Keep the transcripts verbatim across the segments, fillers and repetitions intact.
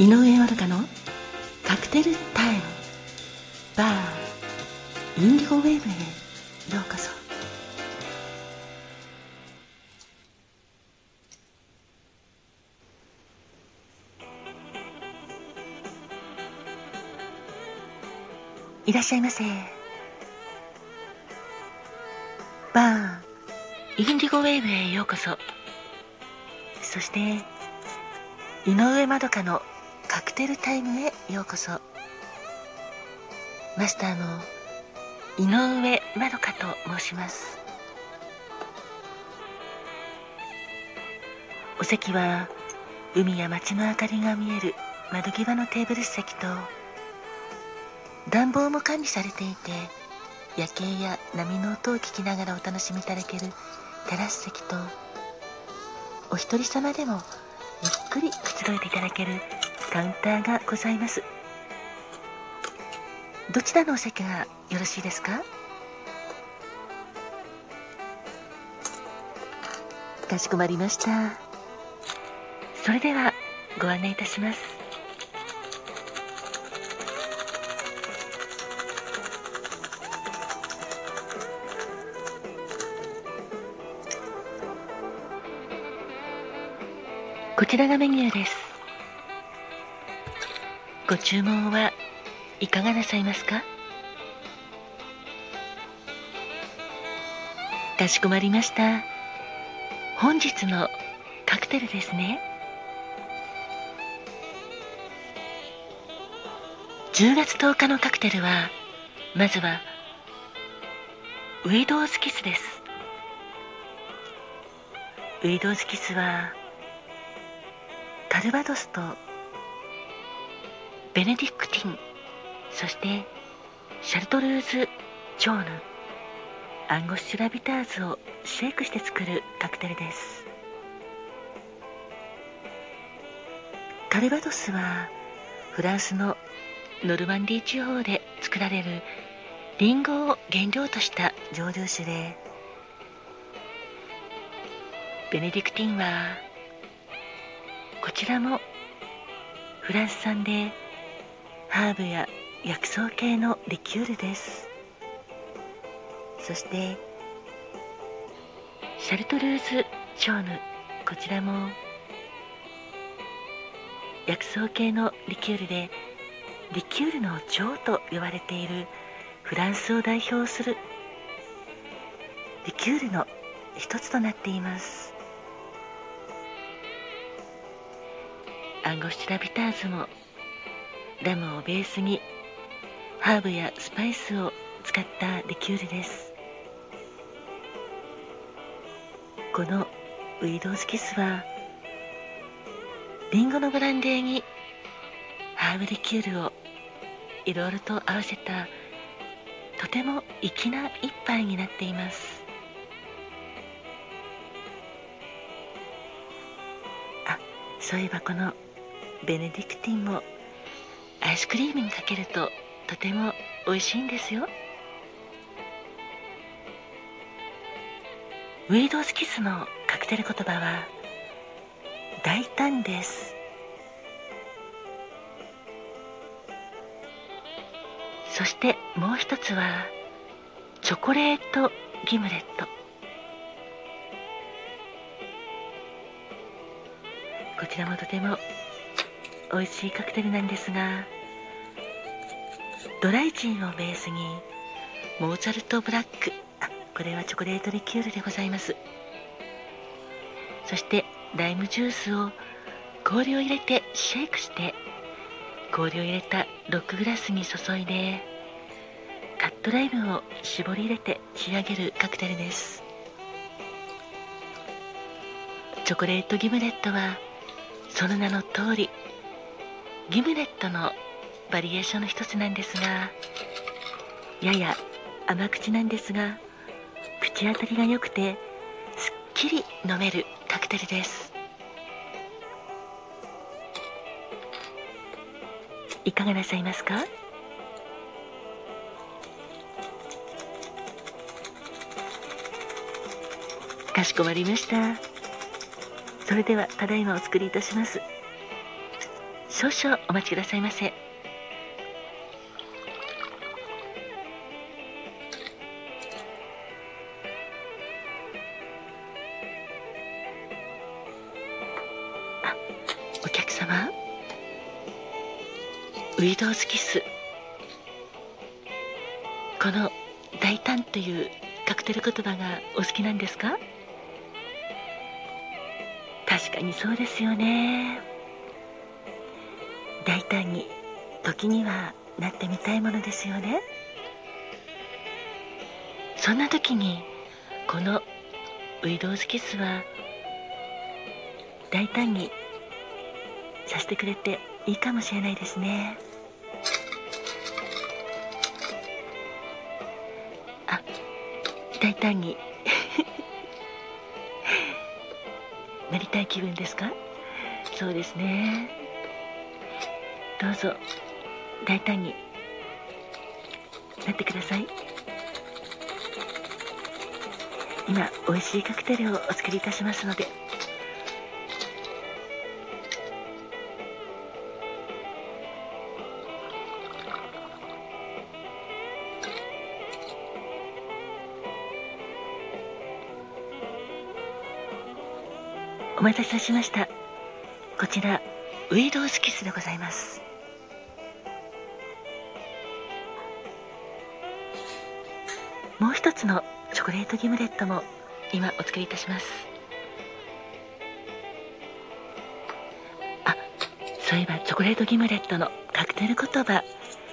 井上まどかのカクテルタイムバーインディゴウェーブへようこそ。いらっしゃいませ。バーインディゴウェーブへようこそ。そして井上まどかのカクテルタイムへようこそ。マスターの井上まどかと申します。お席は海や街の明かりが見える窓際のテーブル席と、暖房も完備されていて夜景や波の音を聞きながらお楽しみいただけるテラス席と、お一人様でもゆっくりくつろいでいただけるカウンターがございます。どちらのお席がよろしいですか？かしこまりました。それではご案内いたします。こちらがメニューです。ご注文はいかがなさいますか？かしこまりました。本日のカクテルですね。じゅうがつとおかのカクテルは、まずはウィドウズキスです。ウィドウズキスはカルバドスとベネディクティン、そしてシャルトルーズジョーヌ、アンゴスチュラビターズをシェイクして作るカクテルです。カルバドスはフランスのノルマンディー地方で作られるリンゴを原料とした蒸留酒で、ベネディクティンはこちらもフランス産でハーブや薬草系のリキュールです。そしてシャルトルーズジョーヌ、こちらも薬草系のリキュールで、リキュールの女王と呼ばれているフランスを代表するリキュールの一つとなっています。アンゴスチュラビターズもラムをベースにハーブやスパイスを使ったリキュールです。このウィドウズキスはリンゴのブランデーにハーブリキュールをいろいろと合わせた、とても粋な一杯になっています。あ、そういえばこのベネディクティンもアイスクリームにかけるととても美味しいんですよ。ウィドウズキスのカクテル言葉は大胆です。そしてもう一つはチョコレートギムレット。こちらもとても美味しいカクテルなんですが、ドライジンをベースにモーツァルトブラック、あ、これはチョコレートリキュールでございます。そしてライムジュースを氷を入れてシェイクして、氷を入れたロックグラスに注いでカットライムを絞り入れて仕上げるカクテルです。チョコレートギムレットはその名の通りギムレットのバリエーションの一つなんですが、やや甘口なんですが口当たりが良くてすっきり飲めるカクテルです。いかがなさいますか？かしこまりました。それではただいまお作りいたします。 少々お待ちくださいませ。あ、お客様、ウィドウズキス、この大胆というカクテル言葉がお好きなんですか？確かにそうですよね。大胆に時にはなってみたいものですよね。そんな時にこのウィドウズキスは大胆にさせてくれていいかもしれないですね。あ、大胆になりたい気分ですか？そうですね。どうぞ大胆になってください。今美味しいカクテルをお作りいたしますので。お待たせいたしました。こちらウィドウズキスでございます。もう一つのチョコレートギムレットも今お作りいたします。あ、そういえばチョコレートギムレットのカクテル言葉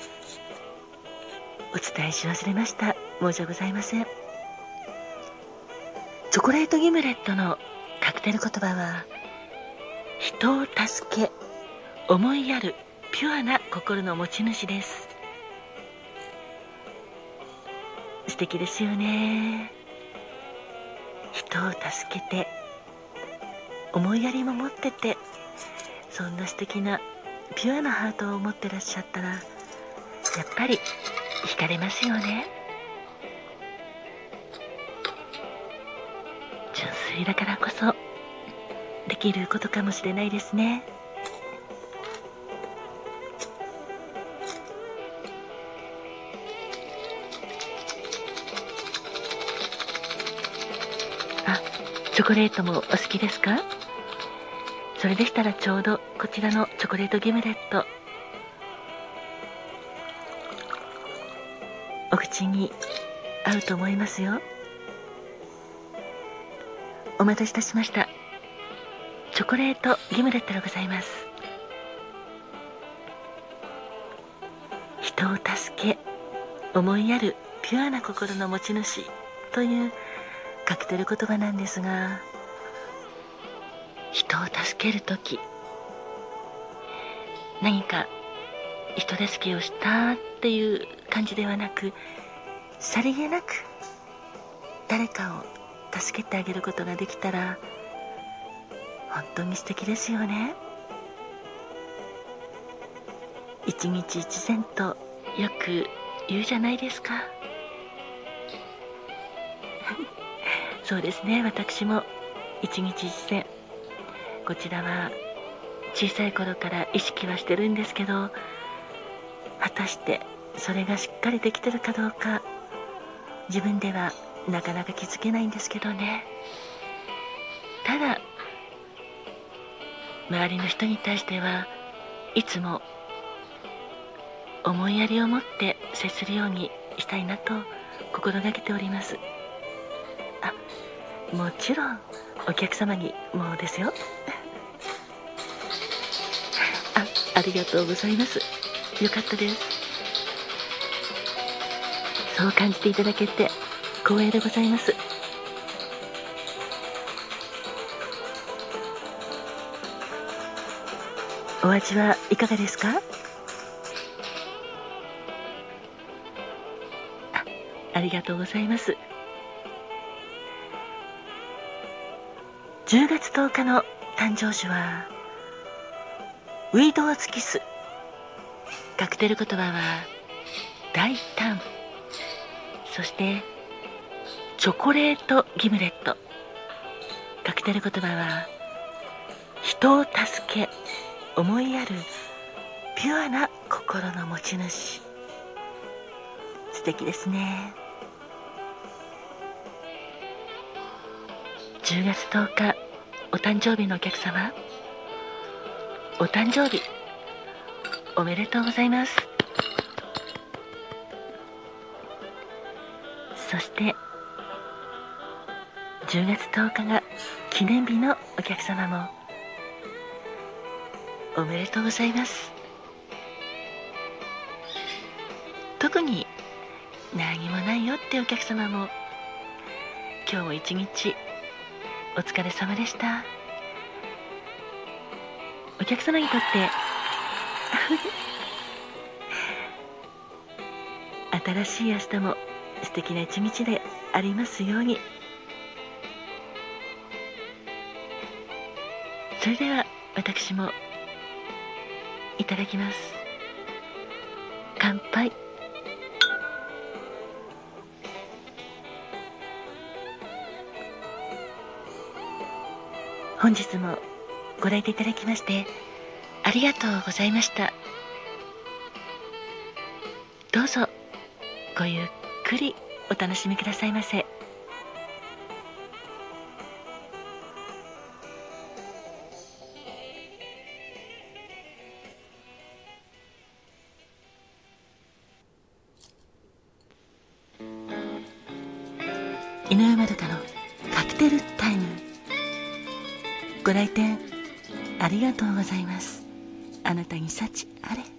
お伝えし忘れました。申し訳ございません。チョコレートギムレットのカクテル言葉は、人を助け思いやるピュアな心の持ち主です。素敵ですよね。人を助けて思いやりも持ってて、そんな素敵なピュアなハートを持ってらっしゃったら、やっぱり惹かれますよね。純粋だからこそできることかもしれないですね。あ、チョコレートもお好きですか？それでしたらちょうどこちらのチョコレートギムレット、お口に合うと思いますよ。お待たせいたしました。チョコレートギムレットでございます。人を助け思いやるピュアな心の持ち主というカクテル言葉なんですが、人を助けるとき、何か人助けをしたっていう感じではなく、さりげなく誰かを助けてあげることができたら本当に素敵ですよね。一日一善とよく言うじゃないですか。そうですね、私も一日一善、こちらは小さい頃から意識はしてるんですけど、果たしてそれがしっかりできてるかどうか、自分ではなかなか気づけないんですけどね。ただ周りの人に対してはいつも思いやりを持って接するようにしたいなと心がけております。あ、もちろんお客様にもですよ。あ、ありがとうございます。よかったです。そう感じていただけて光栄でございます。お味はいかがですか？あ、ありがとうございます。じゅうがつとおかの誕生酒はウィドウズキス。カクテル言葉は大胆、そしてチョコレートギムレット。カクテル言葉は人を助け思いやるピュアな心の持ち主、素敵ですね。じゅうがつとおか、お誕生日のお客様、お誕生日おめでとうございます。そしてじゅうがつとおかが記念日のお客様もおめでとうございます。特に何もないよってお客様も今日も一日お疲れ様でした。お客様にとって新しい明日も素敵な一日でありますように。それでは私もいただきます。乾杯。本日もご来店いただきましてありがとうございました。どうぞごゆっくりお楽しみくださいませ。井上まどかのカクテルタイム、ご来店ありがとうございます。あなたに幸あれ。